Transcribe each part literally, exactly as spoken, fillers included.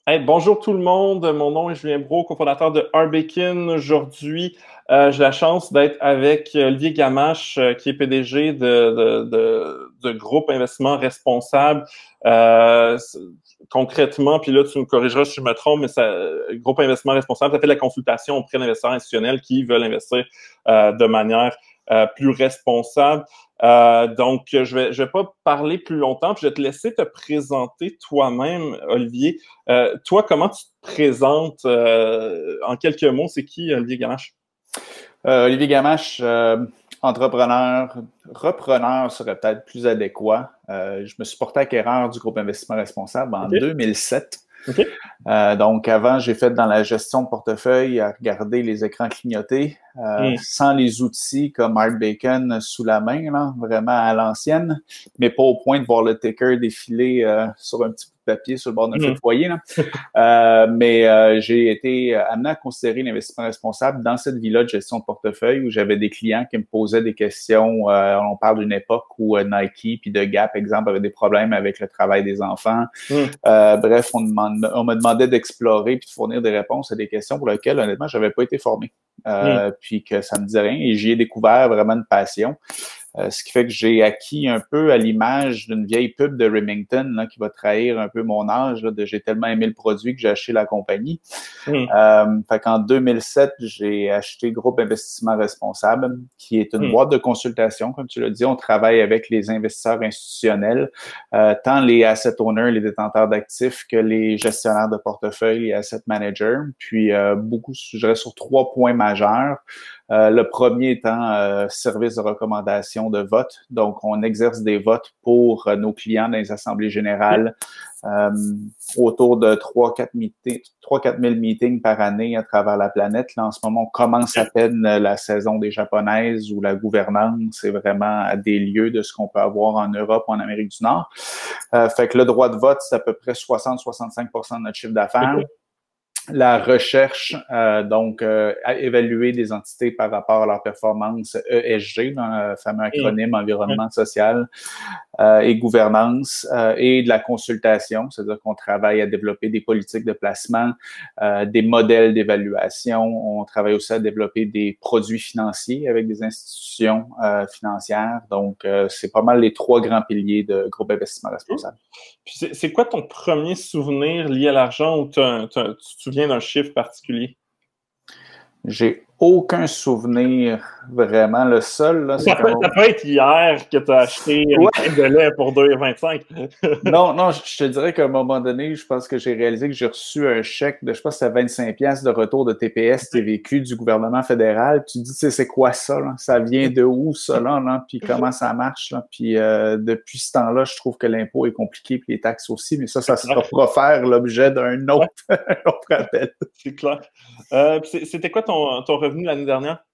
Hey, bonjour tout le monde, mon nom est Julien Brault, cofondateur de Arbekin. Aujourd'hui, euh, j'ai la chance d'être avec Olivier Gamache, euh, qui est P D G de, de, de, de Groupe Investissement Responsable. Euh, concrètement, puis là, tu me corrigeras si je me trompe, mais ça, Groupe Investissement Responsable, ça fait de la consultation auprès d'investisseurs institutionnels qui veulent investir euh, de manière euh, plus responsable. Euh, donc, je vais, je vais pas parler plus longtemps, puis je vais te laisser te présenter toi-même, Olivier. Euh, toi, comment tu te présentes euh, en quelques mots? C'est qui, Olivier Gamache? Euh, Olivier Gamache, euh, entrepreneur, repreneur serait peut-être plus adéquat. Euh, je me suis porté acquéreur du groupe Investissement Responsable en OK? deux mille sept. OK? Euh, donc, avant, j'ai fait dans la gestion de portefeuille à regarder les écrans clignotés, euh, Mm. sans les outils comme Art Bacon sous la main, là, vraiment à l'ancienne, mais pas au point de voir le ticker défiler euh, sur un petit bout de papier sur le bord d'un feu Mm. de foyer. Là. Euh, mais euh, j'ai été amené à considérer l'investissement responsable dans cette vie-là de gestion de portefeuille où j'avais des clients qui me posaient des questions. Euh, on parle d'une époque où euh, Nike puis de Gap, exemple, avaient des problèmes avec le travail des enfants. Mm. Euh, bref, on, demande, on me demandait d'explorer puis de fournir des réponses à des questions pour lesquelles, honnêtement, j'avais pas été formé. Mm. Euh, puis que ça me disait rien. Et j'y ai découvert vraiment une passion. Euh, ce qui fait que j'ai acquis un peu à l'image d'une vieille pub de Remington là, qui va trahir un peu mon âge. Là, de j'ai tellement aimé le produit que j'ai acheté la compagnie. Mm. Euh, fait qu'en deux mille sept, j'ai acheté Groupe Investissement Responsable, qui est une Mm. boîte de consultation. Comme tu l'as dit, on travaille avec les investisseurs institutionnels, euh, tant les asset owners, les détenteurs d'actifs, que les gestionnaires de portefeuille, les asset managers. Puis euh, beaucoup, je dirais, sur trois points majeurs. Euh, le premier étant euh, service de recommandation de vote. Donc, on exerce des votes pour euh, nos clients dans les assemblées générales. Euh, autour de trois à quatre mille meetings par année à travers la planète. Là, en ce moment, on commence à peine la saison des Japonaises où la gouvernance est vraiment à des lieux de ce qu'on peut avoir en Europe ou en Amérique du Nord. Euh, fait que le droit de vote, c'est à peu près soixante à soixante-cinq pour cent de notre chiffre d'affaires. OK? La recherche, euh, donc euh, à évaluer des entités par rapport à leur performance E S G, dans le fameux Mm. acronyme Ouais. environnement social euh, et gouvernance, euh, et de la consultation, c'est-à-dire qu'on travaille à développer des politiques de placement, euh, des modèles d'évaluation. On travaille aussi à développer des produits financiers avec des institutions euh, financières. Donc, euh, c'est pas mal les trois grands piliers de Groupe Investissement OK. Responsable. Puis c'est, c'est quoi ton premier souvenir lié à l'argent où t'as- t'as- tu te souviens d'un chiffre particulier? J'ai aucun souvenir vraiment. Le seul, là, c'est Ça qu'à un peut, ça moment... peut être hier que tu as acheté une Ouais, caisse de lait pour deux virgule vingt-cinq. non, non, je te dirais qu'à un moment donné, je pense que j'ai réalisé que j'ai reçu un chèque de, je pense que c'était vingt-cinq piastres de retour de T P S, T V Q du gouvernement fédéral. Tu te dis, c'est quoi ça, là? Ça vient de où, ça, là, là? Puis comment ça marche, là? Puis euh, depuis ce temps-là, je trouve que l'impôt est compliqué, puis les taxes aussi, mais ça, ça sera pas faire l'objet d'un autre, Ouais, un autre appel. c'est clair. Euh, puis c'était quoi ton, ton revenu l'année dernière?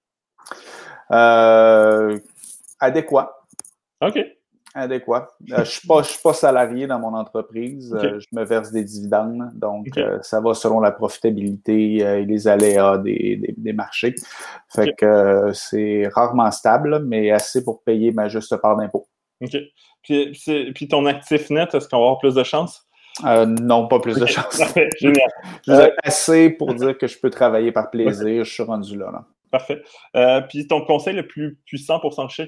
Euh, adéquat. OK. Adéquat. Euh, je suis pas, je suis pas salarié dans mon entreprise. OK. Euh, je me verse des dividendes. Donc, OK. euh, ça va selon la profitabilité euh, et les aléas des, des, des marchés. Fait OK. que euh, c'est rarement stable, mais assez pour payer ma juste part d'impôt. OK. Puis, c'est- puis ton actif net, est-ce qu'on va avoir plus de chance? Euh, non, pas plus OK. de chance. Parfait. Génial. Je vous Euh, ai assez pour dire que je peux travailler par OK. plaisir. Je suis rendu là, là. Parfait. Euh, puis ton conseil le plus puissant pour s'enrichir?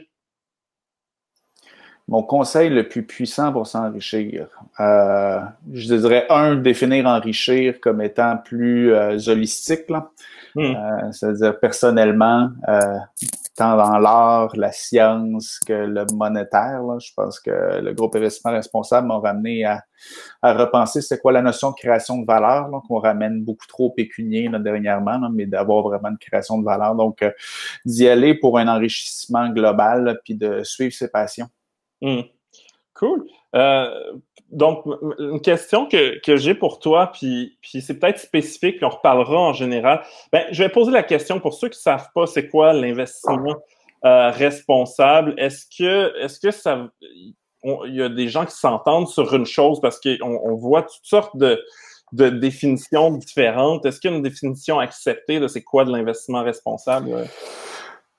Mon conseil le plus puissant pour s'enrichir, euh, je dirais un, définir enrichir comme étant plus euh, holistique, là. Hmm. Euh, c'est-à-dire personnellement, euh, tant dans l'art, la science que le monétaire, là, je pense que le groupe Investissement Responsable m'a ramené à, à repenser c'est quoi la notion de création de valeur, là, qu'on ramène beaucoup trop au pécunier là, dernièrement, là, mais d'avoir vraiment une création de valeur. Donc, euh, d'y aller pour un enrichissement global, là, puis de suivre ses passions. Hmm. Cool. Euh, donc, m- une question que, que j'ai pour toi, puis, puis c'est peut-être spécifique, puis on reparlera en général. Ben, je vais poser la question pour ceux qui ne savent pas c'est quoi l'investissement euh, responsable. Est-ce que, est-ce que ça, on- il y a des gens qui s'entendent sur une chose parce qu'on on voit toutes sortes de, de définitions différentes. Est-ce qu'il y a une définition acceptée de c'est quoi de l'investissement responsable?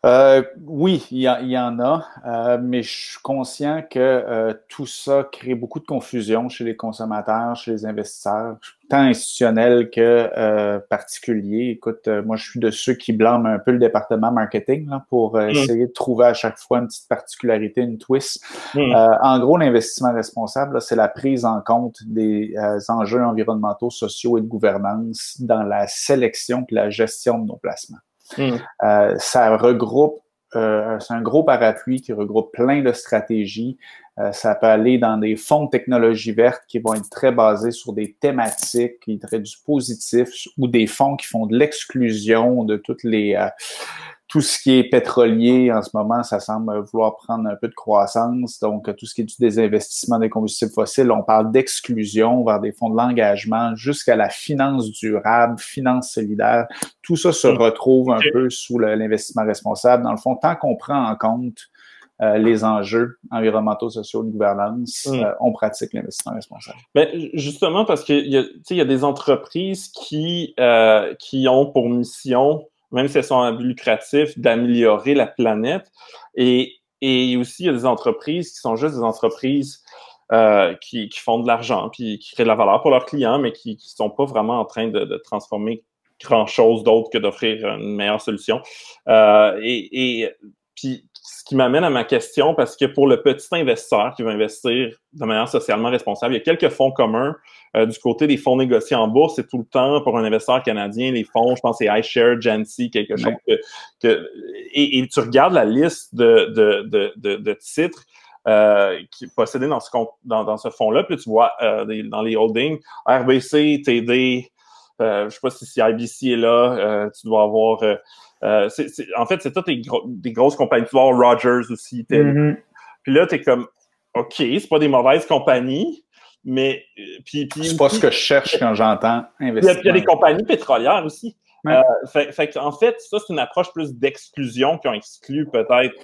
Euh, oui, il y, a, il y en a, euh, mais je suis conscient que euh, tout ça crée beaucoup de confusion chez les consommateurs, chez les investisseurs, tant institutionnels que euh, particuliers. Écoute, euh, moi, je suis de ceux qui blâment un peu le département marketing là, pour euh, Mm. essayer de trouver à chaque fois une petite particularité, une twist. Mm. Euh, en gros, l'investissement responsable, là, c'est la prise en compte des euh, enjeux environnementaux, sociaux et de gouvernance dans la sélection et la gestion de nos placements. Mm. Euh, ça regroupe, euh, c'est un gros parapluie qui regroupe plein de stratégies. Euh, ça peut aller dans des fonds de technologie verte qui vont être très basés sur des thématiques, qui traient du positif, ou des fonds qui font de l'exclusion de toutes les euh, tout ce qui est pétrolier en ce moment, ça semble vouloir prendre un peu de croissance. Donc, tout ce qui est du désinvestissement des combustibles fossiles, on parle d'exclusion vers des fonds de l'engagement jusqu'à la finance durable, finance solidaire. Tout ça se retrouve un peu sous l'investissement responsable. Dans le fond, tant qu'on prend en compte euh, les enjeux environnementaux, sociaux, de gouvernance, Mm. euh, on pratique l'investissement responsable. Ben, justement, parce qu'il y a, il y a des entreprises qui, euh, qui ont pour mission, même si elles sont à but lucratif, d'améliorer la planète. Et, et aussi, il y a des entreprises qui sont juste des entreprises euh, qui, qui font de l'argent, puis qui créent de la valeur pour leurs clients, mais qui ne sont pas vraiment en train de, de transformer grand-chose d'autre que d'offrir une meilleure solution. Euh, et, et puis, ce qui m'amène à ma question, parce que pour le petit investisseur qui veut investir de manière socialement responsable, il y a quelques fonds communs euh, du côté des fonds négociés en bourse. C'est tout le temps pour un investisseur canadien, les fonds, je pense que c'est iShares, Jancy, quelque chose que, que et, et tu regardes la liste de, de, de, de, de titres euh, qui possédés dans ce dans, dans ce fonds-là, puis tu vois euh, des, dans les holdings R B C, T D, euh, je sais pas si, si I B C est là, euh, tu dois avoir euh, Euh, c'est, c'est, en fait, c'est toutes des, gros, des grosses compagnies. Tu vois, Rogers aussi. Mm-hmm. Puis là, t'es comme, OK, c'est pas des mauvaises compagnies, mais... Puis, puis, c'est pas ce que je cherche quand j'entends investissement. Il y a des compagnies pétrolières aussi. Ouais. Euh, fait, fait en fait, ça, c'est une approche plus d'exclusion qui ont exclu peut-être.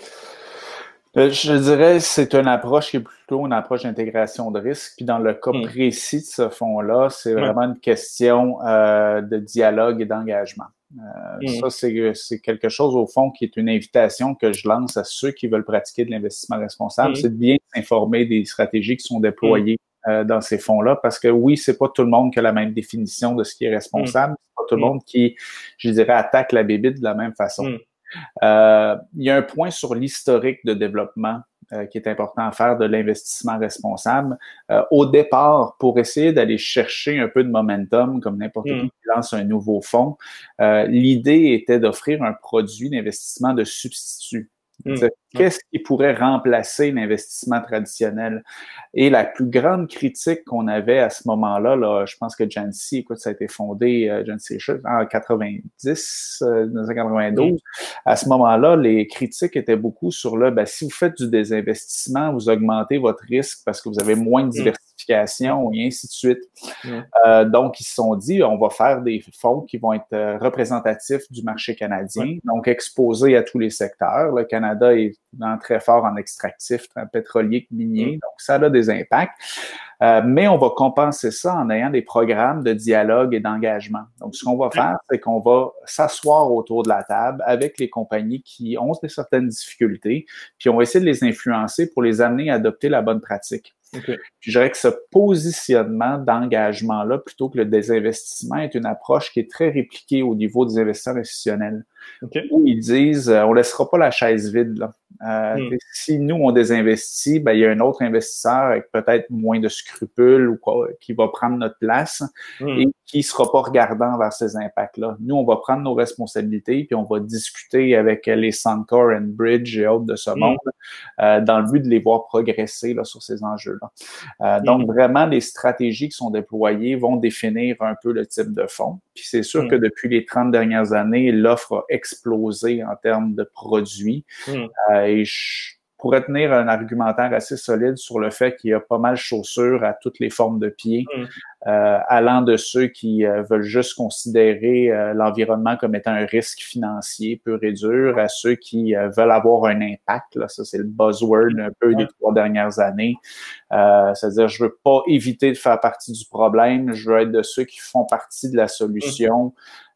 Je dirais c'est une approche qui est plutôt une approche d'intégration de risque. Puis dans le cas Mm. précis de ce fonds-là, c'est vraiment mm. une question euh, de dialogue et d'engagement. Euh, mm. Ça, c'est, c'est quelque chose, au fond, qui est une invitation que je lance à ceux qui veulent pratiquer de l'investissement responsable. Mm. C'est de bien s'informer des stratégies qui sont déployées mm. euh, dans ces fonds-là, parce que oui, c'est pas tout le monde qui a la même définition de ce qui est responsable. Mm. C'est pas tout le mm. monde qui, je dirais, attaque la bébite de la même façon. Mm. Euh, il y a un point sur l'historique de développement euh, qui est important à faire de l'investissement responsable. Euh, au départ, pour essayer d'aller chercher un peu de momentum, comme n'importe mm. qui qui lance un nouveau fonds, euh, l'idée était d'offrir un produit d'investissement de substitut. Mm. Qu'est-ce qui pourrait remplacer l'investissement traditionnel? Et la plus grande critique qu'on avait à ce moment-là, là, je pense que Jancy, écoute, ça a été fondé, euh, Jancy en quatre-vingt-dix, euh, mille neuf cent quatre-vingt-douze. Mm. À ce moment-là, les critiques étaient beaucoup sur le, ben, si vous faites du désinvestissement, vous augmentez votre risque parce que vous avez moins de diversification mm. et ainsi de suite. Mm. Euh, donc, ils se sont dit, on va faire des fonds qui vont être euh, représentatifs du marché canadien, mm. donc exposés à tous les secteurs. Le Canada est très fort en extractif, pétrolier, minier, mm. donc ça a des impacts. Euh, mais on va compenser ça en ayant des programmes de dialogue et d'engagement. Donc, ce qu'on va faire, c'est qu'on va s'asseoir autour de la table avec les compagnies qui ont certaines difficultés, puis on va essayer de les influencer pour les amener à adopter la bonne pratique. Okay. Puis je dirais que ce positionnement d'engagement-là, plutôt que le désinvestissement, est une approche qui est très répliquée au niveau des investisseurs institutionnels. Okay. Où ils disent, euh, on laissera pas la chaise vide, là. Euh, mm. Si nous, on désinvestit, ben, il y a un autre investisseur avec peut-être moins de scrupules ou quoi, qui va prendre notre place mm. et qui sera pas regardant vers ces impacts-là. Nous, on va prendre nos responsabilités puis on va discuter avec les Suncor, Enbridge et autres de ce mm. monde euh, dans le but de les voir progresser là, sur ces enjeux-là. Euh, mm. Donc, vraiment, les stratégies qui sont déployées vont définir un peu le type de fonds. Puis c'est sûr mm. que depuis les trente dernières années, l'offre a explosé en termes de produits. Mm. Euh, et je pourrais tenir un argumentaire assez solide sur le fait qu'il y a pas mal de chaussures à toutes les formes de pieds, mm. euh, allant de ceux qui euh, veulent juste considérer euh, l'environnement comme étant un risque financier pur et dur, à ceux qui euh, veulent avoir un impact. Là, ça, c'est le buzzword un peu des trois dernières années. Euh, c'est-à-dire, je veux pas éviter de faire partie du problème, je veux être de ceux qui font partie de la solution.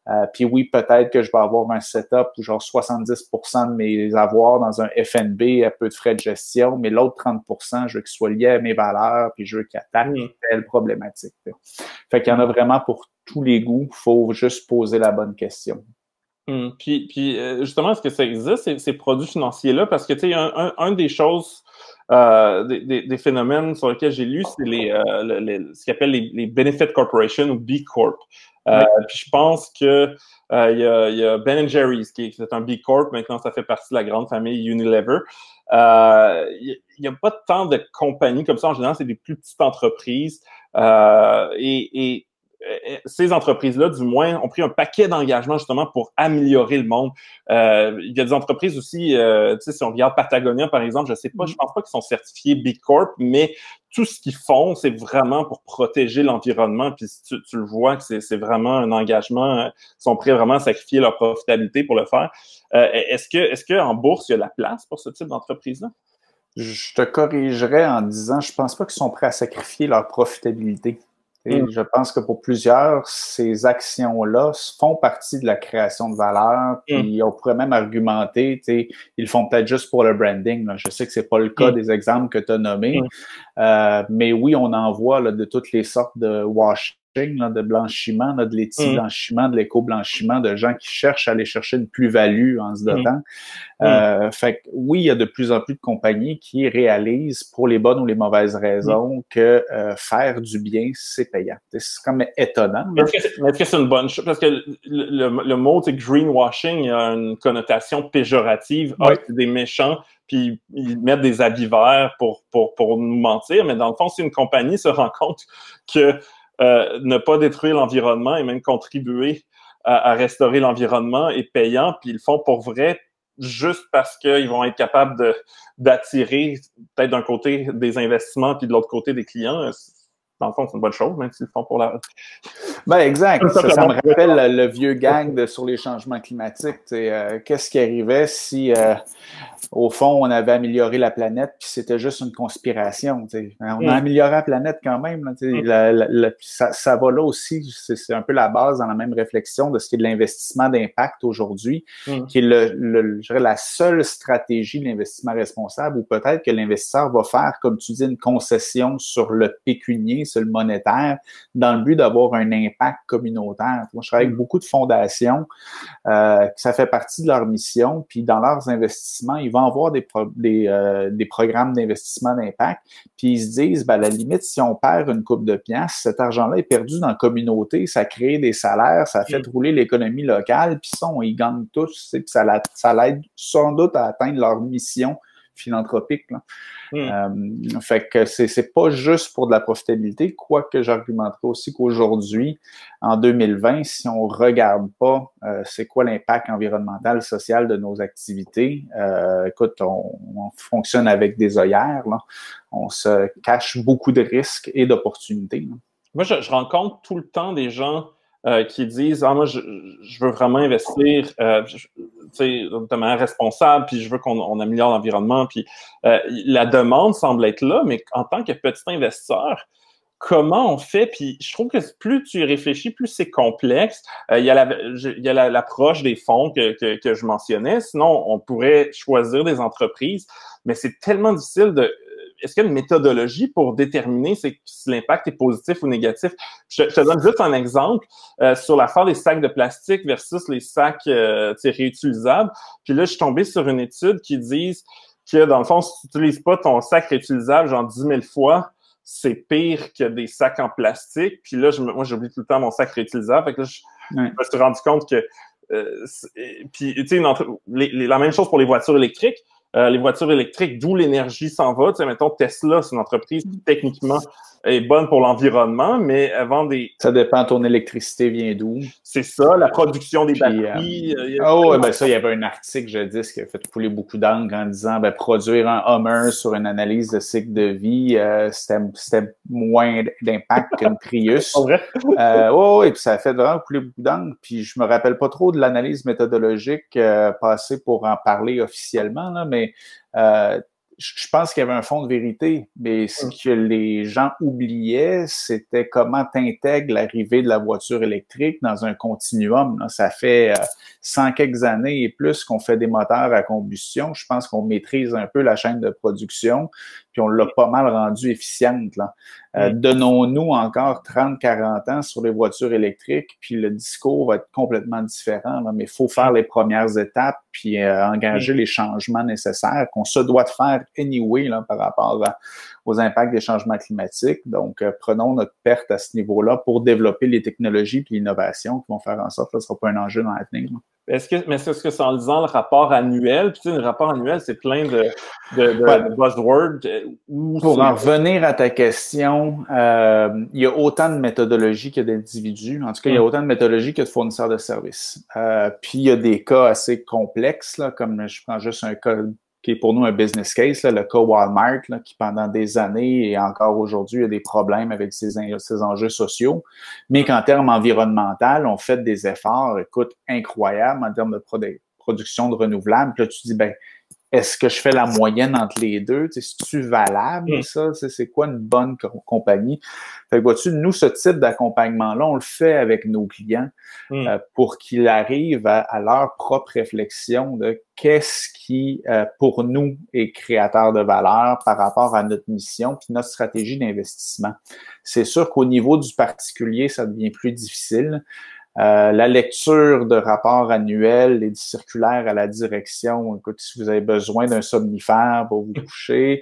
Euh, puis oui, peut-être que je vais avoir un setup où genre soixante-dix pour cent de mes avoirs dans un F N B à peu de frais de gestion, mais l'autre trente pour cent, je veux qu'il soit lié à mes valeurs, puis je veux qu'il attaque mmh. telle problématique. Fait qu'il y en a vraiment pour tous les goûts. Il faut juste poser la bonne question. Mmh. Puis, puis justement, est-ce que ça existe, ces, ces produits financiers-là? Parce que, tu sais, un, un, un des choses, euh, des, des, des phénomènes sur lesquels j'ai lu, c'est les, euh, les, ce qu'ils appellent les, les Benefit Corporation ou B Corp. Euh, oui. Puis je pense que euh, il y a, il y a Ben and Jerry's qui est, qui est un B Corp. Maintenant, ça fait partie de la grande famille Unilever. Euh, il n'y a pas tant de compagnies comme ça. En général, c'est des plus petites entreprises. Euh, et, et ces entreprises-là, du moins, ont pris un paquet d'engagements justement pour améliorer le monde. Euh, il y a des entreprises aussi, euh, tu sais, si on regarde Patagonia, par exemple, je sais pas, je pense pas qu'ils sont certifiés B Corp, mais tout ce qu'ils font, c'est vraiment pour protéger l'environnement. Puis tu, tu le vois que c'est, c'est vraiment un engagement. Ils sont prêts vraiment à sacrifier leur profitabilité pour le faire. Euh, est-ce que, est-ce qu'en bourse, il y a de la place pour ce type d'entreprise-là? Je te corrigerais en disant, je pense pas qu'ils sont prêts à sacrifier leur profitabilité. Et mm. je pense que pour plusieurs, ces actions-là font partie de la création de valeur. Puis mm. on pourrait même argumenter, ils le font peut-être juste pour le branding. Là. Je sais que c'est pas le cas mm. des exemples que tu as nommés. Mm. Euh, mais oui, on en voit là, de toutes les sortes de washing, là, de blanchiment, là, de l'éti-blanchiment, de l'éco-blanchiment, de gens qui cherchent à aller chercher une plus-value en se dotant. Mm. Euh, fait que oui, il y a de plus en plus de compagnies qui réalisent pour les bonnes ou les mauvaises raisons mm. que euh, faire du bien, c'est payant. C'est comme étonnant. Mais est-ce que c'est, mais est-ce que c'est une bonne chose? Parce que le, le, le mot, c'est greenwashing, a une connotation péjorative. Oui. Ah, c'est des méchants, puis ils mettent des habits verts pour, pour, pour nous mentir. Mais dans le fond, si une compagnie se rend compte que euh, ne pas détruire l'environnement et même contribuer à, à restaurer l'environnement est payant, puis ils le font pour vrai, juste parce qu'ils vont être capables de, d'attirer peut-être d'un côté des investissements puis de l'autre côté des clients. Dans le fond, c'est une bonne chose, même s'ils le font pour la... Ben exact. Ça, ça me rappelle le, le vieux gang de sur les changements climatiques. Euh, qu'est-ce qui arrivait si, euh, au fond, on avait amélioré la planète puis c'était juste une conspiration? T'sais. On a mm. amélioré la planète quand même. Là, mm. la, la, la, ça, ça va là aussi. C'est, c'est un peu la base dans la même réflexion de ce qui est de l'investissement d'impact aujourd'hui, mm. qui est le, le, je dirais, la seule stratégie de l'investissement responsable, ou peut-être que l'investisseur va faire, comme tu dis, une concession sur le pécunier, sur le monétaire, dans le but d'avoir un impact communautaire. Moi, je travaille avec beaucoup de fondations, euh, que ça fait partie de leur mission, puis dans leurs investissements, ils vont avoir des, pro- des, euh, des programmes d'investissement d'impact, puis ils se disent, ben, à la limite, si on perd une coupe de piastres, cet argent-là est perdu dans la communauté, ça crée des salaires, ça fait rouler l'économie locale, puis ça, on y gagne tous, puis ça, la, ça l'aide sans doute à atteindre leur mission philanthropique. Là. Mm. Euh, fait que c'est, c'est pas juste pour de la profitabilité, quoique j'argumenterais aussi qu'aujourd'hui, en deux mille vingt, si on regarde pas euh, c'est quoi l'impact environnemental, social de nos activités, euh, écoute, on, on fonctionne avec des œillères, là. On se cache beaucoup de risques et d'opportunités. Là. Moi, je, je rencontre tout le temps des gens Euh, qui disent « Ah, moi, je, je veux vraiment investir euh, tu sais, de manière responsable, puis je veux qu'on on améliore l'environnement. » Puis euh, la demande semble être là, mais en tant que petit investisseur, comment on fait? Puis je trouve que plus tu y réfléchis, plus c'est complexe. Euh, il y a, la, je, il y a la, l'approche des fonds que, que, que je mentionnais. Sinon, on pourrait choisir des entreprises, mais c'est tellement difficile de... Est-ce qu'il y a une méthodologie pour déterminer si l'impact est positif ou négatif? Je, je te donne juste un exemple euh, sur l'affaire des sacs de plastique versus les sacs euh, réutilisables. Puis là, je suis tombé sur une étude qui dit que, dans le fond, si tu n'utilises pas ton sac réutilisable genre dix mille fois, c'est pire que des sacs en plastique. Puis là, je, moi, j'oublie tout le temps mon sac réutilisable. Fait que là, je, ouais. je me suis rendu compte que... Euh, puis, tu sais, la même chose pour les voitures électriques. Euh, les voitures électriques, d'où l'énergie s'en va. Tu sais, mettons, Tesla, c'est une entreprise qui, techniquement, est bonne pour l'environnement, mais elle vend des... Ça dépend, ton électricité vient d'où? C'est ça, la production des Puis, batteries. Euh, euh, oh, ouais, ben ça, il y avait un article, je dis, qui a fait couler beaucoup d'encre en disant, ben, produire un Hummer sur une analyse de cycle de vie, euh, c'était, c'était moins d'impact qu'une Prius. C'est vrai? euh, oh, et puis ça a fait vraiment couler beaucoup d'encre. Puis je me rappelle pas trop de l'analyse méthodologique euh, passée pour en parler officiellement, là, mais euh, je pense qu'il y avait un fond de vérité, mais ce que les gens oubliaient, c'était comment t'intègres l'arrivée de la voiture électrique dans un continuum. Là. Ça fait euh, cent quelques années et plus qu'on fait des moteurs à combustion. Je pense qu'on maîtrise un peu la chaîne de production, puis on l'a pas mal rendue efficiente. Là. Euh, mm. Donnons-nous encore trente quarante ans sur les voitures électriques, puis le discours va être complètement différent. Là. Mais il faut faire les premières étapes, puis euh, engager mm. les changements nécessaires qu'on se doit de faire anyway là, par rapport à, aux impacts des changements climatiques. Donc, euh, prenons notre perte à ce niveau-là pour développer les technologies et l'innovation qui vont faire en sorte que ce ne sera pas un enjeu dans l'avenir. Est-ce que, mais est-ce que c'est en lisant le rapport annuel? Puis, tu sais, le rapport annuel, c'est plein de, de, de, ouais. de buzzwords. Où Pour en revenir à ta question, euh, il y a autant de méthodologies que d'individus. En tout cas, il y a autant de méthodologies que de fournisseurs de services. Euh, puis, il y a des cas assez complexes, là, comme je prends juste un cas qui est pour nous un business case, là, le cas Walmart, là, qui pendant des années et encore aujourd'hui a des problèmes avec ses, ses enjeux sociaux, mais qu'en termes environnementaux, on fait des efforts, écoute, incroyables en termes de produ- production de renouvelables. Puis là, tu te dis, ben, est-ce que je fais la moyenne entre les deux? Tu sais, c'est-tu valable, ça? Tu sais, c'est quoi une bonne co- compagnie? Fait que vois-tu, nous, ce type d'accompagnement-là, on le fait avec nos clients mm. euh, pour qu'ils arrivent à, à leur propre réflexion de qu'est-ce qui, euh, pour nous, est créateur de valeur par rapport à notre mission puis notre stratégie d'investissement. C'est sûr qu'au niveau du particulier, ça devient plus difficile. Euh, la lecture de rapports annuels et de circulaires à la direction, écoute, si vous avez besoin d'un somnifère pour vous coucher,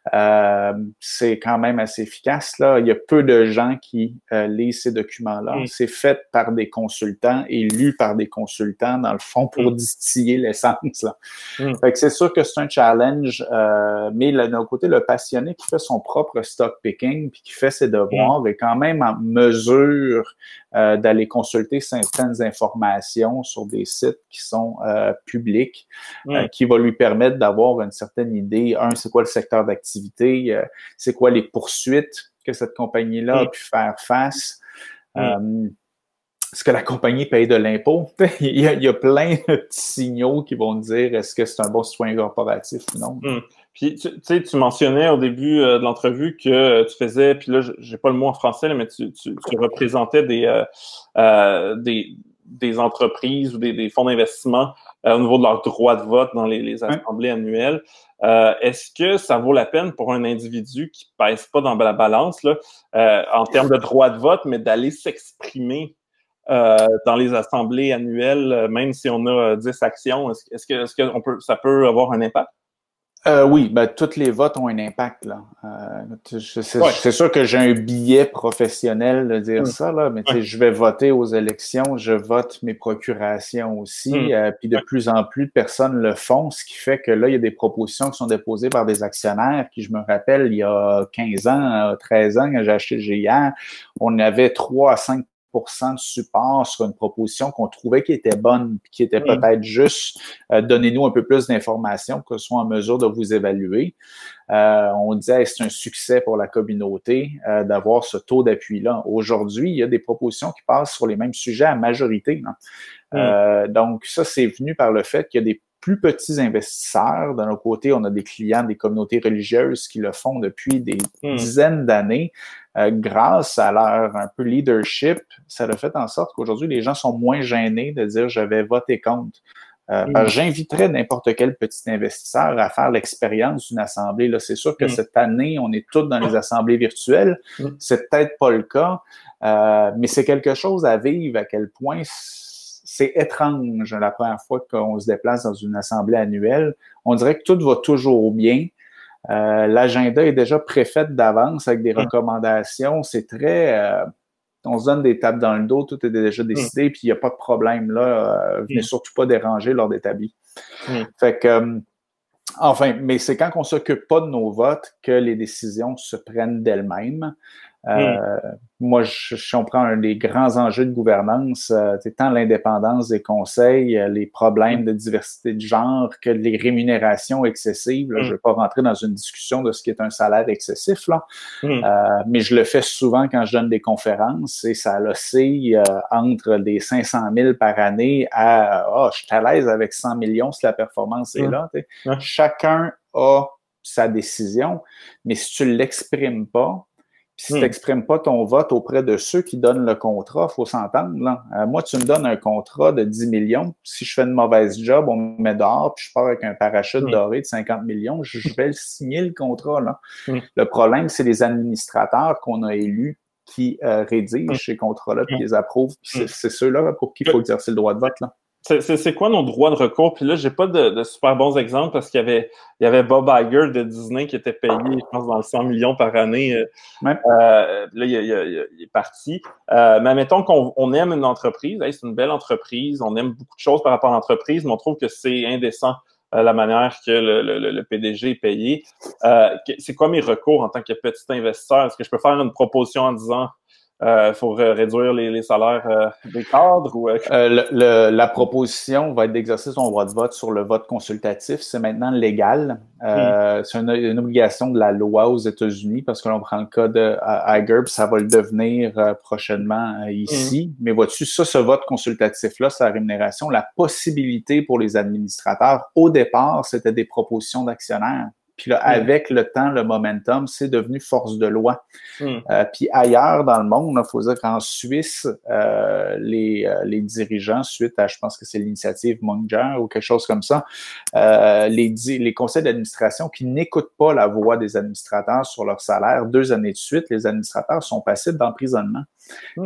euh, c'est quand même assez efficace. Là. Il y a peu de gens qui euh, lisent ces documents-là. Mm. C'est fait par des consultants et lu par des consultants, dans le fond, pour mm. distiller l'essence. Là. Mm. Fait que c'est sûr que c'est un challenge, euh, mais là, d'un côté, le passionné qui fait son propre stock picking puis qui fait ses devoirs mm. est quand même en mesure euh, d'aller consulter certaines informations sur des sites qui sont euh, publics, mm. euh, qui va lui permettre d'avoir une certaine idée. Un, c'est quoi le secteur d'activité? Euh, c'est quoi les poursuites que cette compagnie-là mm. a pu faire face? Mm. Euh, est-ce que la compagnie paye de l'impôt? il, y a, il y a plein de petits signaux qui vont dire est-ce que c'est un bon citoyen corporatif ou non. Mm. Puis, tu sais, tu mentionnais au début euh, de l'entrevue que euh, tu faisais, puis là, j'ai pas le mot en français, là, mais tu, tu, tu représentais des, euh, euh, des, des entreprises ou des, des fonds d'investissement euh, au niveau de leur droit de vote dans les, les assemblées hein? annuelles. Euh, est-ce que ça vaut la peine pour un individu qui pèse pas dans la balance, là, euh, en termes de droit de vote, mais d'aller s'exprimer euh, dans les assemblées annuelles, même si on a dix actions? Est-ce, est-ce que, est-ce que on peut, ça peut avoir un impact? Euh, oui, ben tous les votes ont un impact là. Euh, c'est, ouais. c'est sûr que j'ai un billet professionnel de dire mmh. ça là, mais ouais. je vais voter aux élections, je vote mes procurations aussi, mmh. euh, puis de ouais. plus en plus de personnes le font, ce qui fait que là il y a des propositions qui sont déposées par des actionnaires. Qui je me rappelle il y a quinze ans, treize ans quand j'ai acheté le G I A, on avait trois à cinq pour cent de support sur une proposition qu'on trouvait qui était bonne, puis qui était mmh. peut-être juste euh, donnez-nous un peu plus d'informations pour que ce soit en mesure de vous évaluer. Euh, on disait hey, c'est un succès pour la communauté euh, d'avoir ce taux d'appui-là. Aujourd'hui, il y a des propositions qui passent sur les mêmes sujets à majorité. Mmh. Euh, donc, ça, c'est venu par le fait qu'il y a des plus petits investisseurs. De notre côté, on a des clients des communautés religieuses qui le font depuis des mmh. dizaines d'années. Euh, grâce à leur un peu leadership, ça a fait en sorte qu'aujourd'hui, les gens sont moins gênés de dire « je vais voter contre ». Euh, mmh. J'inviterais n'importe quel petit investisseur à faire l'expérience d'une assemblée. Là, c'est sûr que mmh. cette année, on est tous dans les assemblées virtuelles. Mmh. C'est peut-être pas le cas, euh, mais c'est quelque chose à vivre à quel point c'est étrange la première fois qu'on se déplace dans une assemblée annuelle. On dirait que tout va toujours bien. Euh, l'agenda est déjà préfait d'avance avec des mmh. recommandations. C'est très... Euh, on se donne des tapes dans le dos, tout est déjà décidé, mmh. puis il n'y a pas de problème là. Euh, venez mmh. surtout pas déranger lors d'établis. Mmh. Fait que... Euh, enfin, mais c'est quand on s'occupe pas de nos votes que les décisions se prennent d'elles-mêmes. Euh, mmh. Moi, je, si on prend un des grands enjeux de gouvernance, euh, tant l'indépendance des conseils, euh, les problèmes de diversité de genre, que les rémunérations excessives. Là, mmh. Je ne vais pas rentrer dans une discussion de ce qui est un salaire excessif, là, mmh. euh, mais je le fais souvent quand je donne des conférences et ça oscille euh, entre des cinq cent mille par année à « Ah, oh, je suis à l'aise avec cent millions si la performance est mmh. là. » Mmh. Chacun a sa décision, mais si tu ne l'exprimes pas, puis si Hmm. tu n'exprimes pas ton vote auprès de ceux qui donnent le contrat, il faut s'entendre, là. Euh, moi, tu me donnes un contrat de dix millions, si je fais une mauvaise job, on me met dehors, puis je pars avec un parachute Hmm. doré de cinquante millions, je, je vais le signer, le contrat, là. Hmm. Le problème, c'est les administrateurs qu'on a élus qui euh, rédigent Hmm. ces contrats-là, puis Hmm. les approuvent. Puis c'est, c'est ceux-là pour qui il faut exercer le droit de vote, là. C'est, c'est, c'est quoi nos droits de recours? Puis là, j'ai pas de, de super bons exemples parce qu'il y avait, il y avait Bob Iger de Disney qui était payé, je pense, dans le cent millions par année. Ouais. Euh, là, il, il, il, il est parti. Euh, mais mettons qu'on on aime une entreprise. Hey, c'est une belle entreprise. On aime beaucoup de choses par rapport à l'entreprise, mais on trouve que c'est indécent euh, la manière que le, le, le P D G est payé. Euh, c'est quoi mes recours en tant que petit investisseur? Est-ce que je peux faire une proposition en disant il euh, faut réduire les, les salaires euh, des cadres ou euh... Euh, le, le, la proposition va être d'exercer son droit de vote sur le vote consultatif. C'est maintenant légal. Euh, mm. C'est une, une obligation de la loi aux États-Unis parce que l'on prend le cas de Iger, puis ça va le devenir euh, prochainement euh, ici. Mm. Mais vois-tu, ça, ce vote consultatif-là, sa rémunération, la possibilité pour les administrateurs, au départ, c'était des propositions d'actionnaires. Puis là, mm. avec le temps, le momentum, c'est devenu force de loi. Mm. Euh, puis ailleurs dans le monde, il faut dire qu'en Suisse, euh, les, euh, les dirigeants, suite à, je pense que c'est l'initiative Munger ou quelque chose comme ça, euh, les, les conseils d'administration qui n'écoutent pas la voix des administrateurs sur leur salaire, deux années de suite, les administrateurs sont passibles d'emprisonnement. Mm.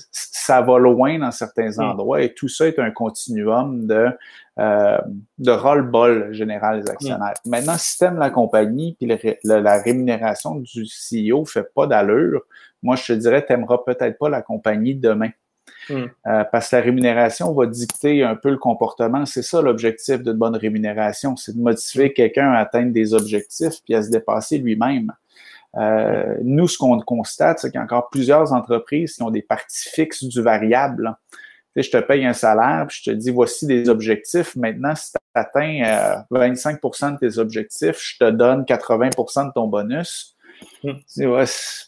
Ça va loin dans certains mm. endroits et tout ça est un continuum de Euh, de ras-le-bol général des actionnaires. Mm. Maintenant, si tu aimes la compagnie puis le, le, la rémunération du C E O fait pas d'allure, moi, je te dirais, tu n'aimeras peut-être pas la compagnie demain. Mm. Euh, parce que la rémunération va dicter un peu le comportement. C'est ça l'objectif d'une bonne rémunération, c'est de motiver mm. quelqu'un à atteindre des objectifs puis à se dépasser lui-même. Euh, mm. Nous, ce qu'on constate, c'est qu'il y a encore plusieurs entreprises qui ont des parties fixes du variable. Tu sais, je te paye un salaire, puis je te dis, voici des objectifs. Maintenant, si tu atteins euh, vingt-cinq pour cent de tes objectifs, je te donne quatre-vingts pour cent de ton bonus. Mm. C'est, ouais,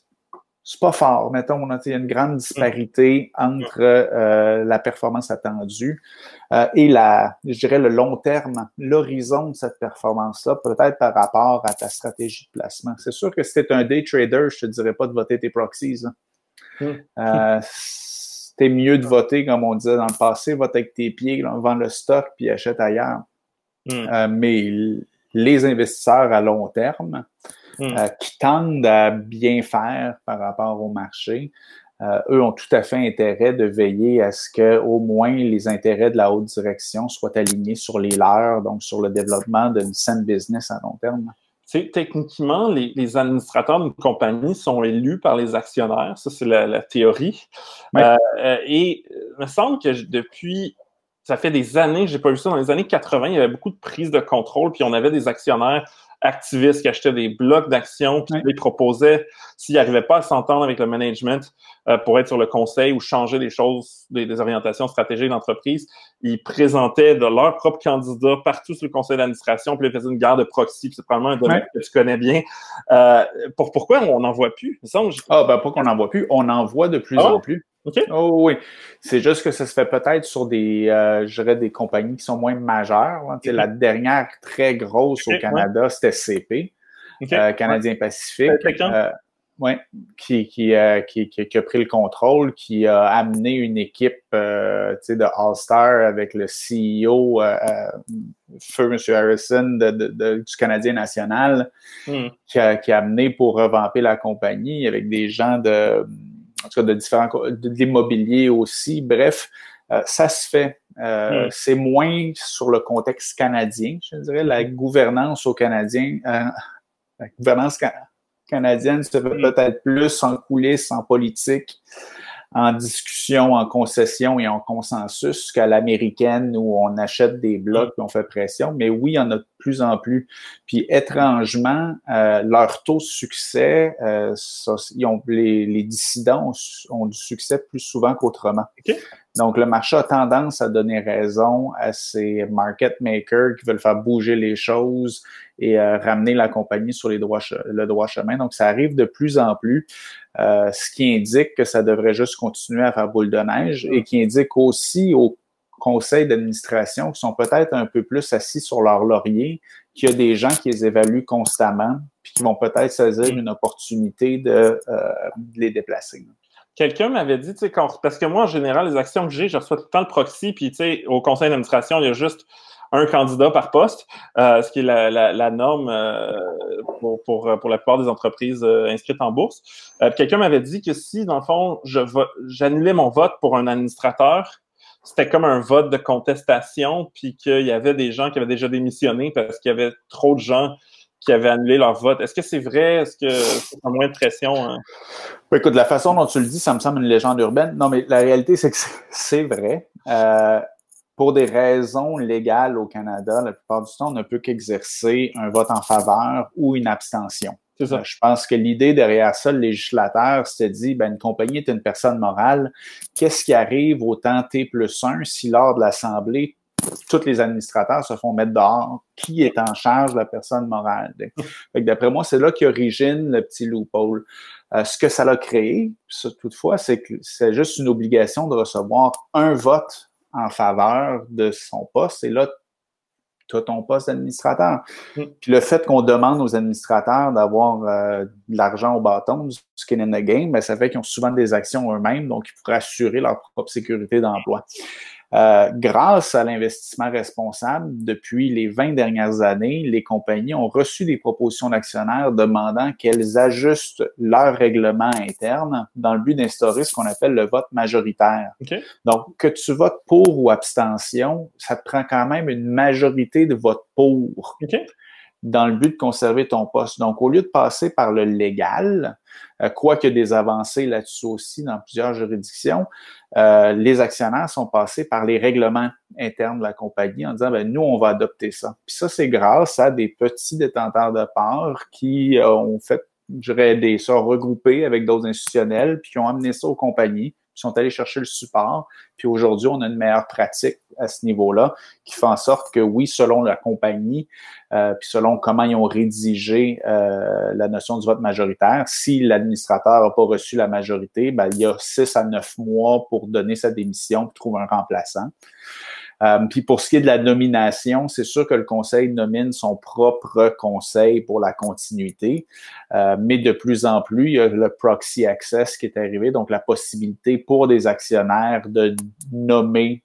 c'est pas fort, mettons. Il y a une grande disparité mm. entre euh, la performance attendue euh, et la, je dirais, le long terme, l'horizon de cette performance-là, peut-être par rapport à ta stratégie de placement. C'est sûr que si tu es un day trader, je te dirais pas de voter tes proxies. Mm. Euh, c'est mieux de voter, comme on disait dans le passé, vote avec tes pieds, vends le stock puis achète ailleurs. Mm. Euh, mais les investisseurs à long terme, mm. euh, qui tendent à bien faire par rapport au marché, euh, eux ont tout à fait intérêt de veiller à ce que au moins les intérêts de la haute direction soient alignés sur les leurs, donc sur le développement d'une saine business à long terme. Tu sais, techniquement, les, les administrateurs d'une compagnie sont élus par les actionnaires. Ça, c'est la, la théorie. Oui. Euh, et il me semble que je, depuis, ça fait des années, j'ai pas vu ça, dans les années quatre-vingts, il y avait beaucoup de prise de contrôle, puis on avait des actionnaires activistes qui achetaient des blocs d'actions, puis oui. ils proposaient, s'ils n'arrivaient pas à s'entendre avec le management euh, pour être sur le conseil ou changer des choses, des, des orientations stratégiques d'entreprise, ils présentaient de leur propre candidat partout sur le conseil d'administration, puis ils faisaient une guerre de proxy, puis c'est probablement un domaine oui. que tu connais bien. Euh, pour, pourquoi on n'en voit plus? Ah, oh, ben pas qu'on n'en voit plus, on en voit de plus oh. en plus. Okay. Oh oui, c'est juste que ça se fait peut-être sur des, euh, je dirais, des compagnies qui sont moins majeures. Hein. Okay. La dernière très grosse okay. au Canada, ouais. c'était C P, okay. euh, Canadien ouais. Pacifique, euh, ouais, qui, qui, euh, qui, qui, qui a pris le contrôle, qui a amené une équipe euh, de All-Star avec le C E O, euh, feu M. Harrison de, de, de, du Canadien national, mm. qui, a, qui a amené pour revamper la compagnie avec des gens de... en tout cas de différents, de, de l'immobilier aussi. Bref, euh, ça se fait. Euh, mm. C'est moins sur le contexte canadien, je dirais. La gouvernance au Canadien, euh, la gouvernance ca- canadienne se fait mm. peut-être plus en coulisses, en politique, en discussion, en concession et en consensus qu'à l'américaine où on achète des blocs et on fait pression. Mais oui, il y en a de plus en plus. Puis étrangement, euh, leur taux de succès, euh, ça, ils ont, les, les dissidents ont, ont du succès plus souvent qu'autrement. Okay. Donc, le marché a tendance à donner raison à ces market makers qui veulent faire bouger les choses et euh, ramener la compagnie sur les droits, le droit chemin. Donc, ça arrive de plus en plus, euh, ce qui indique que ça devrait juste continuer à faire boule de neige et qui indique aussi au conseils d'administration qui sont peut-être un peu plus assis sur leur laurier, qu'il y a des gens qui les évaluent constamment, puis qui vont peut-être saisir une opportunité de, euh, de les déplacer. Quelqu'un m'avait dit, tu sais, parce que moi, en général, les actions que j'ai, je reçois tout le temps le proxy, puis tu sais, au conseil d'administration, il y a juste un candidat par poste, euh, ce qui est la, la, la norme euh, pour, pour, pour la plupart des entreprises euh, inscrites en bourse. Euh, quelqu'un m'avait dit que si, dans le fond, je j'annulais mon vote pour un administrateur, c'était comme un vote de contestation, puis qu'il y avait des gens qui avaient déjà démissionné parce qu'il y avait trop de gens qui avaient annulé leur vote. Est-ce que c'est vrai? Est-ce que c'est un moyen de pression? Hein? Écoute, la façon dont tu le dis, ça me semble une légende urbaine. Non, mais la réalité, c'est que c'est vrai. Euh, pour des raisons légales au Canada, la plupart du temps, on ne peut qu'exercer un vote en faveur ou une abstention. C'est ça. Euh, je pense que l'idée derrière ça, le législateur s'était dit, ben, une compagnie est une personne morale. Qu'est-ce qui arrive au temps T plus un si lors de l'Assemblée, tous les administrateurs se font mettre dehors? Qui est en charge de la personne morale? D'après moi, c'est là qu'origine le petit loophole. Euh, ce que ça l'a créé, ça, toutefois, c'est que c'est juste une obligation de recevoir un vote en faveur de son poste. Et là, tu as ton poste d'administrateur. Mm. Puis le fait qu'on demande aux administrateurs d'avoir euh, de l'argent au bâton, du skin in the game, ben, ça fait qu'ils ont souvent des actions eux-mêmes, donc ils pourraient assurer leur propre sécurité d'emploi. Euh, grâce à l'investissement responsable, depuis les vingt dernières années, les compagnies ont reçu des propositions d'actionnaires demandant qu'elles ajustent leur règlement interne dans le but d'instaurer ce qu'on appelle le vote majoritaire. Okay. Donc, que tu votes pour ou abstention, ça te prend quand même une majorité de votes pour. Okay. Dans le but de conserver ton poste. Donc, au lieu de passer par le légal, euh, quoique des avancées là-dessus aussi dans plusieurs juridictions, euh, les actionnaires sont passés par les règlements internes de la compagnie en disant, ben nous, on va adopter ça. Puis ça, c'est grâce à des petits détenteurs de parts qui euh, ont fait, je dirais, des ça regroupés avec d'autres institutionnels, puis qui ont amené ça aux compagnies, puis sont allés chercher le support. Puis aujourd'hui, on a une meilleure pratique à ce niveau-là qui fait en sorte que, oui, selon la compagnie, euh, puis selon comment ils ont rédigé euh, la notion du vote majoritaire, si l'administrateur n'a pas reçu la majorité, ben, il y a six à neuf mois pour donner sa démission et trouver un remplaçant. Euh, puis pour ce qui est de la nomination, c'est sûr que le conseil nomine son propre conseil pour la continuité, euh, mais de plus en plus, il y a le proxy access qui est arrivé, donc la possibilité pour des actionnaires de nommer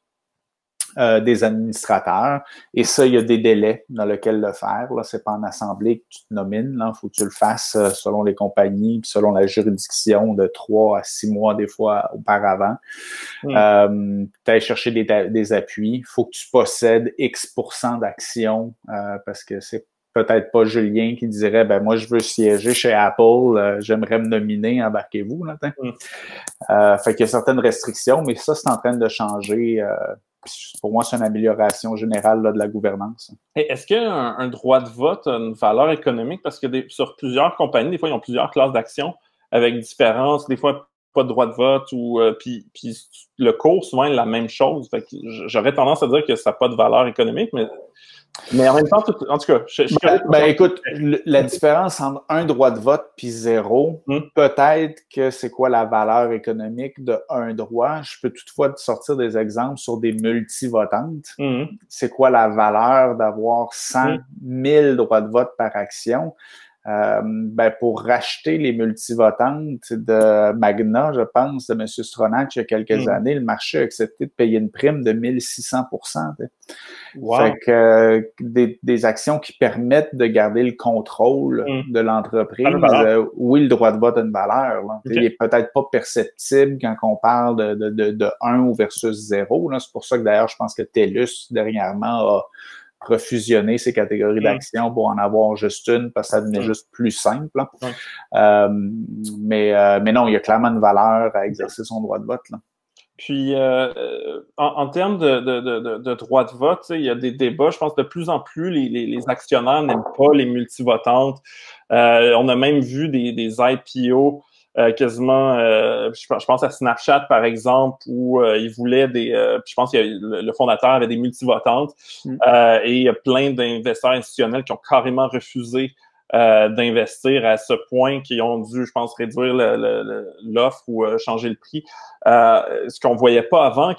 Euh, des administrateurs. Et ça, il y a des délais dans lesquels le faire. Là, c'est pas en assemblée que tu te nomines. Là, faut que tu le fasses euh, selon les compagnies, puis selon la juridiction de trois à six mois des fois auparavant. Mm. Euh, tu ailles chercher des, des appuis. Faut que tu possèdes X pour cent d'actions euh, parce que c'est peut-être pas Julien qui dirait, ben moi, je veux siéger chez Apple, euh, j'aimerais me nominer, embarquez-vous. Là, mm. euh, fait qu'il y a certaines restrictions, mais ça, c'est en train de changer. Euh, Pour moi, c'est une amélioration générale là, de la gouvernance. Est-ce qu'un un droit de vote a une valeur économique? Parce que des, sur plusieurs compagnies, des fois, ils ont plusieurs classes d'actions avec différences. Des fois, pas de droit de vote ou euh, puis, puis le cours, souvent, est la même chose. Fait que j'aurais tendance à dire que ça n'a pas de valeur économique, mais, mais en même temps, tout, en tout cas... Je, je ben, ben écoute, la différence entre un droit de vote puis zéro, hmm. peut-être que c'est quoi la valeur économique de un droit. Je peux toutefois te sortir des exemples sur des multivotantes. Hmm. C'est quoi la valeur d'avoir cent mille droits de vote par action? Euh, ben pour racheter les multivotantes de Magna, je pense, de M. Stronach, il y a quelques mmh. années, le marché a accepté de payer une prime de mille six cents pour cent. Wow. Fait que euh, des, des actions qui permettent de garder le contrôle mmh. de l'entreprise, euh, oui, le droit de vote a une valeur. Là. Okay. Il est peut-être pas perceptible quand on parle de, de, de, de un versus zéro. C'est pour ça que d'ailleurs, je pense que TELUS, dernièrement, a refusionner ces catégories mmh. d'actions pour en avoir juste une parce que ça devenait mmh. juste plus simple. Mmh. Euh, mais, euh, mais non, il y a clairement une valeur à exercer son droit de vote. Là. Puis, euh, en, en termes de, de, de, de droit de vote, il y a des débats. Je pense de plus en plus, les, les, les actionnaires n'aiment pas les multivotantes. Euh, on a même vu des, des I P O Euh, quasiment, euh, je, je pense à Snapchat, par exemple, où euh, ils voulaient des... Euh, je pense que le, le fondateur avait des multivotantes mm. euh, et il y a plein d'investisseurs institutionnels qui ont carrément refusé euh, d'investir à ce point qu'ils ont dû, je pense, réduire l'offre ou euh, changer le prix. Euh, ce qu'on voyait pas avant,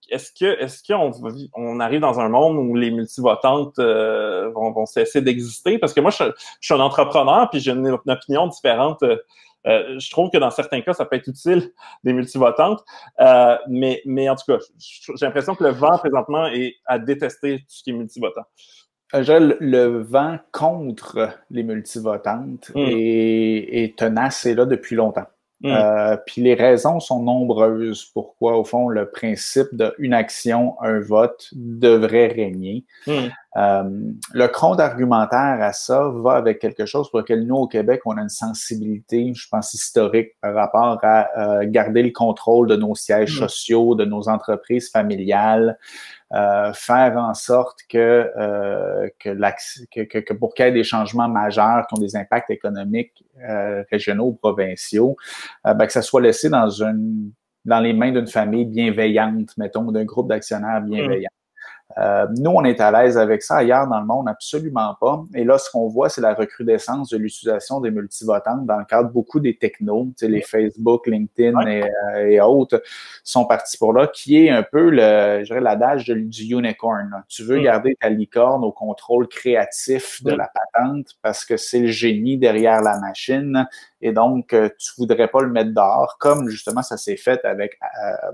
est-ce que est-ce qu'on on arrive dans un monde où les multivotantes euh, vont, vont cesser d'exister? Parce que moi, je, je suis un entrepreneur, puis j'ai une, une opinion différente. Euh, je trouve que dans certains cas, ça peut être utile, des multivotantes. Euh, mais, mais en tout cas, j'ai l'impression que le vent, présentement, est à détester tout ce qui est multivotant. Le, le vent contre les multivotantes mm. est, est tenace et là depuis longtemps. Mm. Euh, puis les raisons sont nombreuses pourquoi, au fond, le principe d'une action, un vote devrait régner. Mm. Euh, le contre-argumentaire à ça va avec quelque chose pour lequel nous, au Québec, on a une sensibilité, je pense, historique par rapport à euh, garder le contrôle de nos sièges mm. sociaux, de nos entreprises familiales, euh, faire en sorte que, euh, que, que, que, que pour qu'il y ait des changements majeurs qui ont des impacts économiques euh, régionaux ou provinciaux, euh, ben, que ça soit laissé dans une dans les mains d'une famille bienveillante, mettons, d'un groupe d'actionnaires bienveillants. Mm. Euh, nous, on est à l'aise avec ça. Ailleurs dans le monde, absolument pas. Et là, ce qu'on voit, c'est la recrudescence de l'utilisation des multivotantes dans le cadre de beaucoup des technos, tu sais, les Facebook, LinkedIn ouais. et, et autres sont partis pour là, qui est un peu le, je dirais, l'adage de, du unicorn. Là. Tu veux mm. garder ta licorne au contrôle créatif de mm. la patente parce que c'est le génie derrière la machine et donc euh, tu voudrais pas le mettre dehors, comme justement ça s'est fait avec euh,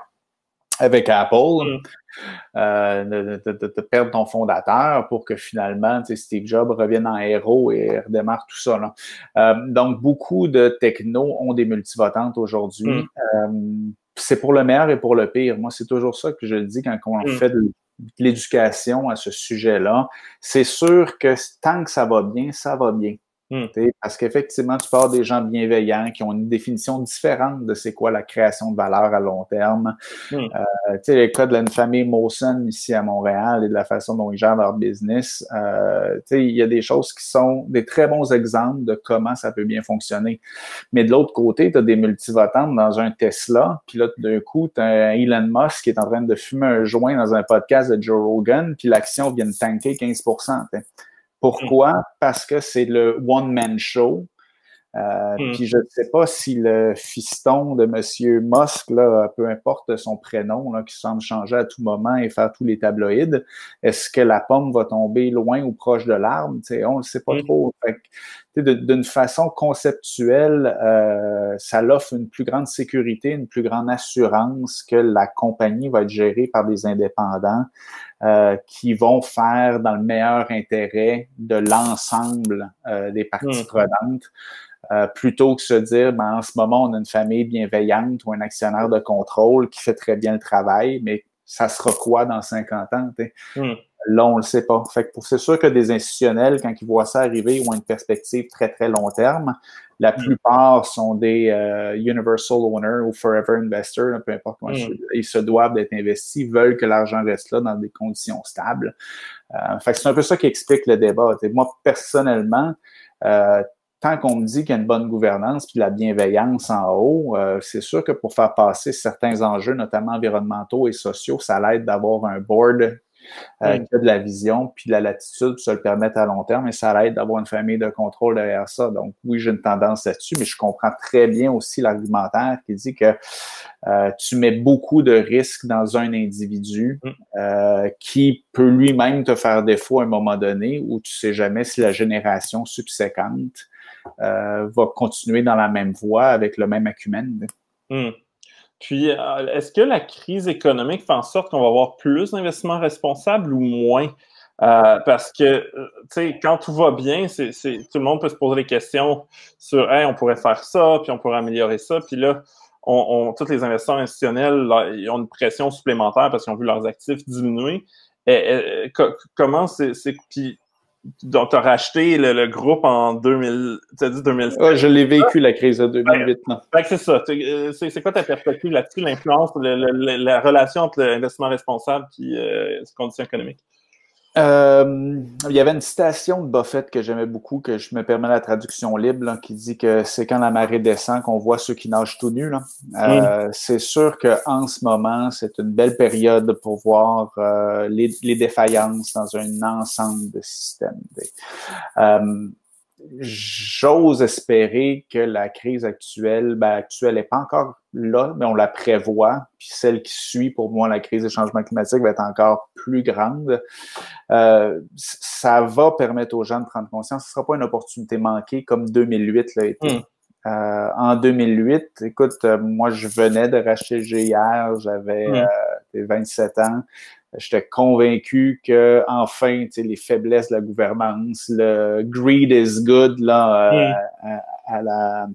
avec Apple. Mm. Euh, de, de, de, de perdre ton fondateur pour que finalement Steve Jobs revienne en héros et redémarre tout ça. Là. Euh, donc, beaucoup de technos ont des multivotantes aujourd'hui. Mm. Euh, c'est pour le meilleur et pour le pire. Moi, c'est toujours ça que je dis quand on mm. fait de, de l'éducation à ce sujet-là. C'est sûr que tant que ça va bien, ça va bien. Mm. Parce qu'effectivement, tu parles des gens bienveillants qui ont une définition différente de c'est quoi la création de valeur à long terme. Mm. Euh, tu sais, le cas de la famille Mawson ici à Montréal et de la façon dont ils gèrent leur business, euh, tu sais, il y a des choses qui sont des très bons exemples de comment ça peut bien fonctionner. Mais de l'autre côté, tu as des multivotantes dans un Tesla, puis là, d'un coup, tu as un Elon Musk qui est en train de fumer un joint dans un podcast de Joe Rogan, puis l'action vient de tanker quinze pour cent. T'sais. Pourquoi? Parce que c'est le one-man show. Euh, mm. Puis je ne sais pas si le fiston de M. Musk, là, peu importe son prénom, là, qui semble changer à tout moment et faire tous les tabloïds, est-ce que la pomme va tomber loin ou proche de l'arbre? T'sais, on ne le sait pas mm. trop. Fait que, d'une façon conceptuelle, euh, ça l'offre une plus grande sécurité, une plus grande assurance que la compagnie va être gérée par des indépendants euh, qui vont faire dans le meilleur intérêt de l'ensemble euh, des parties mmh. prenantes. Euh, plutôt que se dire, ben, en ce moment, on a une famille bienveillante ou un actionnaire de contrôle qui fait très bien le travail, mais ça sera quoi dans cinquante ans? Mm. Là, on ne le sait pas. Fait que pour, c'est sûr que des institutionnels, quand ils voient ça arriver, ont une perspective très, très long terme. La mm. plupart sont des euh, Universal Owners ou Forever Investors, là, peu importe comment mm. ils se doivent d'être investis, veulent que l'argent reste là dans des conditions stables. Euh, fait que c'est un peu ça qui explique le débat. T'sais, moi, personnellement, euh, tant qu'on me dit qu'il y a une bonne gouvernance puis de la bienveillance en haut, euh, c'est sûr que pour faire passer certains enjeux, notamment environnementaux et sociaux, ça l'aide d'avoir un board euh, mm. qui a de la vision puis de la latitude pour se le permettre à long terme, et ça l'aide d'avoir une famille de contrôle derrière ça. Donc oui, j'ai une tendance là-dessus, mais je comprends très bien aussi l'argumentaire qui dit que euh, tu mets beaucoup de risques dans un individu mm. euh, qui peut lui-même te faire défaut à un moment donné où tu sais jamais si la génération subséquente Euh, va continuer dans la même voie avec le même acumen. Mmh. Puis, euh, est-ce que la crise économique fait en sorte qu'on va avoir plus d'investissements responsables ou moins? Euh, parce que, tu sais, quand tout va bien, c'est, c'est, tout le monde peut se poser des questions sur hey, on pourrait faire ça, puis on pourrait améliorer ça. Puis là, on, on, tous les investisseurs institutionnels là, ils ont une pression supplémentaire parce qu'ils ont vu leurs actifs diminuer. Et, et, co- comment c'est... c'est puis, donc, tu as racheté le, le groupe en deux mille, tu as dit deux mille sept. Ouais, je l'ai vécu, la crise de deux mille huit. Non? Fait que c'est ça. C'est, c'est quoi ta perspective là-dessus, l'influence, le, le, la relation entre l'investissement responsable et euh, les conditions économiques? Euh, il y avait une citation de Buffett que j'aimais beaucoup, que je me permets la traduction libre, là, qui dit que c'est quand la marée descend qu'on voit ceux qui nagent tout nus. Là. Euh, mm. C'est sûr qu'en ce moment, c'est une belle période pour voir euh, les, les défaillances dans un ensemble de systèmes. Euh, j'ose espérer que la crise actuelle, ben, actuelle n'est pas encore là, mais on la prévoit. Puis celle qui suit, pour moi, la crise des changements climatiques va être encore plus grande. Euh, ça va permettre aux gens de prendre conscience. Ce ne sera pas une opportunité manquée comme deux mille huit l'a été. Mm. Euh, en deux mille huit, écoute, euh, moi, je venais de racheter G I R, j'avais mm. euh, vingt-sept ans. J'étais convaincu que, enfin, tu sais, les faiblesses de la gouvernance, le greed is good, là, euh, mm. à, à la...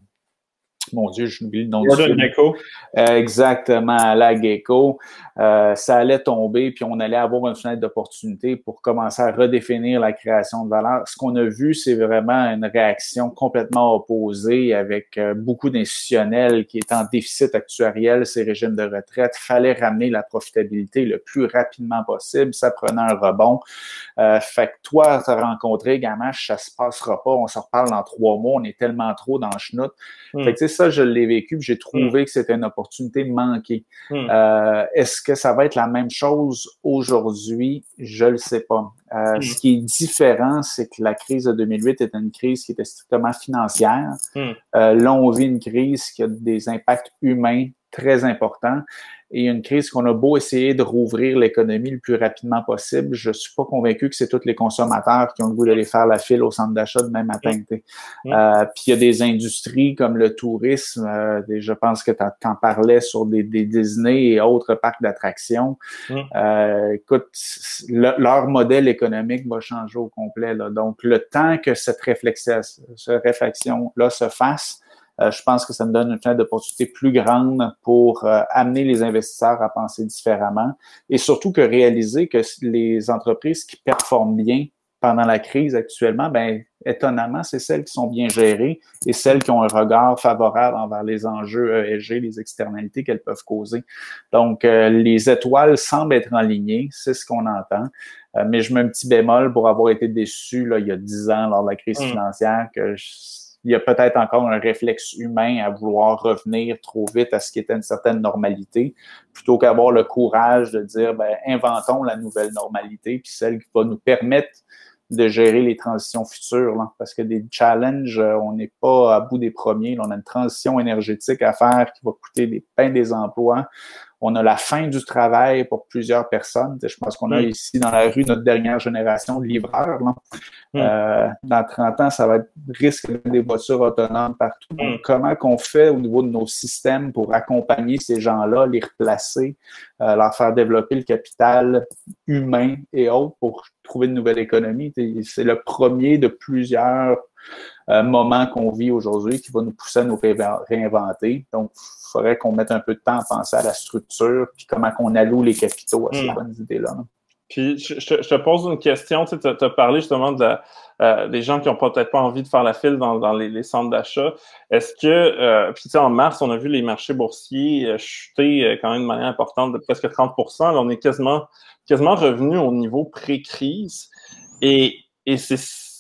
Mon Dieu, j'oublie le nom du film. Gecko. Euh, exactement, à la Gecko. Euh, ça allait tomber, puis on allait avoir une fenêtre d'opportunité pour commencer à redéfinir la création de valeur. Ce qu'on a vu, c'est vraiment une réaction complètement opposée avec euh, beaucoup d'institutionnels qui étaient en déficit actuariel, ces régimes de retraite. Il fallait ramener la profitabilité le plus rapidement possible. Ça prenait un rebond. Euh, fait que toi, tu as rencontré Gamache, ça se passera pas. On se reparle dans trois mois. On est tellement trop dans le chenoute. Mm. Fait que, tu sais, ça, je l'ai vécu, puis j'ai trouvé mm. que c'était une opportunité manquée. Mm. Euh, est-ce que ça va être la même chose aujourd'hui? Je le sais pas. Euh, mm. Ce qui est différent, c'est que la crise de deux mille huit était une crise qui était strictement financière. Mm. Euh, là, on vit une crise qui a des impacts humains très importants. Et une crise qu'on a beau essayer de rouvrir l'économie le plus rapidement possible, je suis pas convaincu que c'est tous les consommateurs qui ont le goût d'aller faire la file au centre d'achat demain matin. Mm. Euh, puis il y a des industries comme le tourisme, euh, je pense que tu en parlais sur des, des Disney et autres parcs d'attractions. Mm. Euh, écoute, le, leur modèle économique va changer au complet, là. Donc, le temps que cette réflexion, cette réflexion-là se fasse, Euh, je pense que ça me donne une fenêtre d'opportunité plus grande pour euh, amener les investisseurs à penser différemment et surtout que réaliser que les entreprises qui performent bien pendant la crise actuellement, ben étonnamment, c'est celles qui sont bien gérées et celles qui ont un regard favorable envers les enjeux E S G, les externalités qu'elles peuvent causer. Donc, euh, les étoiles semblent être alignées, c'est ce qu'on entend. Euh, mais je mets un petit bémol pour avoir été déçu là, il y a dix ans lors de la crise mmh. financière que je, il y a peut-être encore un réflexe humain à vouloir revenir trop vite à ce qui était une certaine normalité, plutôt qu'avoir le courage de dire, ben, inventons la nouvelle normalité, puis celle qui va nous permettre de gérer les transitions futures, là, parce que des challenges, on n'est pas à bout des premiers. Là, on a une transition énergétique à faire qui va coûter des pains des emplois. On a la fin du travail pour plusieurs personnes. Je pense qu'on a ici dans la rue notre dernière génération de livreurs. Là. Mm. Euh, dans trente ans, ça va être risque des voitures autonomes partout. Mm. Donc, comment qu'on fait au niveau de nos systèmes pour accompagner ces gens-là, les replacer, euh, leur faire développer le capital humain et autres pour trouver une nouvelle économie? C'est le premier de plusieurs euh, moments qu'on vit aujourd'hui qui va nous pousser à nous réinventer. Donc, il faudrait qu'on mette un peu de temps à penser à la structure puis comment qu'on alloue les capitaux à ces mmh. bonnes idées-là. Puis, je, je, je te pose une question. Tu sais, as parlé justement de la, euh, des gens qui n'ont peut-être pas envie de faire la file dans, dans les, les centres d'achat. Est-ce que, euh, puis tu sais, en mars, on a vu les marchés boursiers euh, chuter euh, quand même de manière importante de presque trente pour cent. Là, on est quasiment, quasiment revenu au niveau pré-crise. Et, et c'est,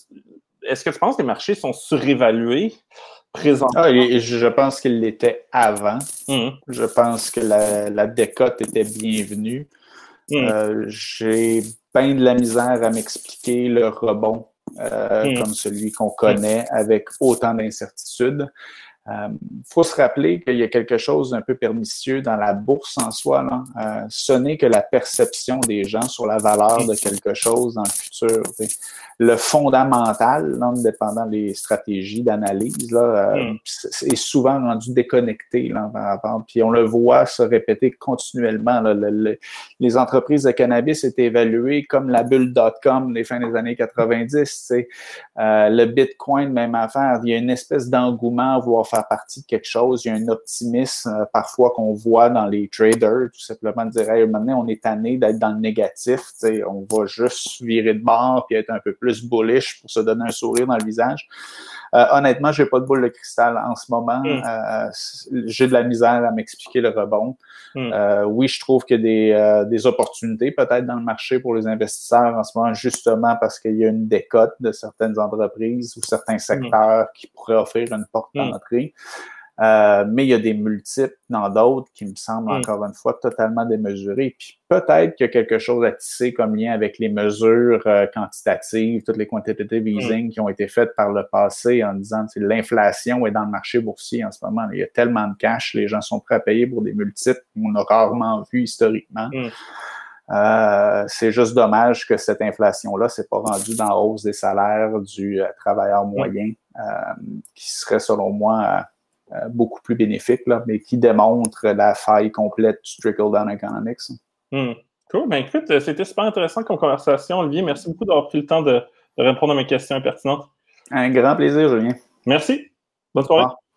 est-ce que tu penses que les marchés sont surévalués? Ah, et je pense qu'il l'était avant. Mmh. Je pense que la, la décote était bienvenue. Mmh. Euh, j'ai bien de la misère à m'expliquer le rebond euh, mmh. comme celui qu'on connaît avec autant d'incertitudes. Il euh, faut se rappeler qu'il y a quelque chose d'un peu pernicieux dans la bourse en soi. Là. Euh, ce n'est que la perception des gens sur la valeur de quelque chose dans le futur. T'sais. Le fondamental, là, dépendant des stratégies d'analyse, là, euh, mm. est souvent rendu déconnecté. Là, puis on le voit se répéter continuellement. Là, le, le, les entreprises de cannabis étaient évaluées comme la bulle dot-com des fins des années quatre-vingt-dix. Euh, le Bitcoin, même affaire. Il y a une espèce d'engouement à vouloir faire partie de quelque chose. Il y a un optimisme euh, parfois qu'on voit dans les traders, tout simplement de dire hey, maintenant on est tanné d'être dans le négatif. On va juste virer de bord puis être un peu plus bullish pour se donner un sourire dans le visage. Euh, honnêtement, j'ai pas de boule de cristal en ce moment. Mm. Euh, j'ai de la misère à m'expliquer le rebond. Mm. Euh, oui, je trouve qu'il y a des, euh, des opportunités peut-être dans le marché pour les investisseurs en ce moment, justement parce qu'il y a une décote de certaines entreprises ou certains secteurs mm. qui pourraient offrir une porte d'entrée. Euh, mais il y a des multiples dans d'autres qui me semblent, mm. encore une fois, totalement démesurés. Puis peut-être qu'il y a quelque chose à tisser comme lien avec les mesures euh, quantitatives, toutes les quantitative easing mm. qui ont été faites par le passé en disant que l'inflation est dans le marché boursier en ce moment. Il y a tellement de cash, les gens sont prêts à payer pour des multiples qu'on a rarement vu historiquement. Mm. Euh, c'est juste dommage que cette inflation-là ne s'est pas rendue dans la hausse des salaires du euh, travailleur moyen, euh, qui serait, selon moi, euh, beaucoup plus bénéfique, là, mais qui démontre la faille complète du trickle-down economics. Mm. Cool. Ben écoute, c'était super intéressant comme conversation, Olivier. Merci beaucoup d'avoir pris le temps de, de répondre à mes questions pertinentes. Un grand plaisir, Julien. Merci. Bonne soirée.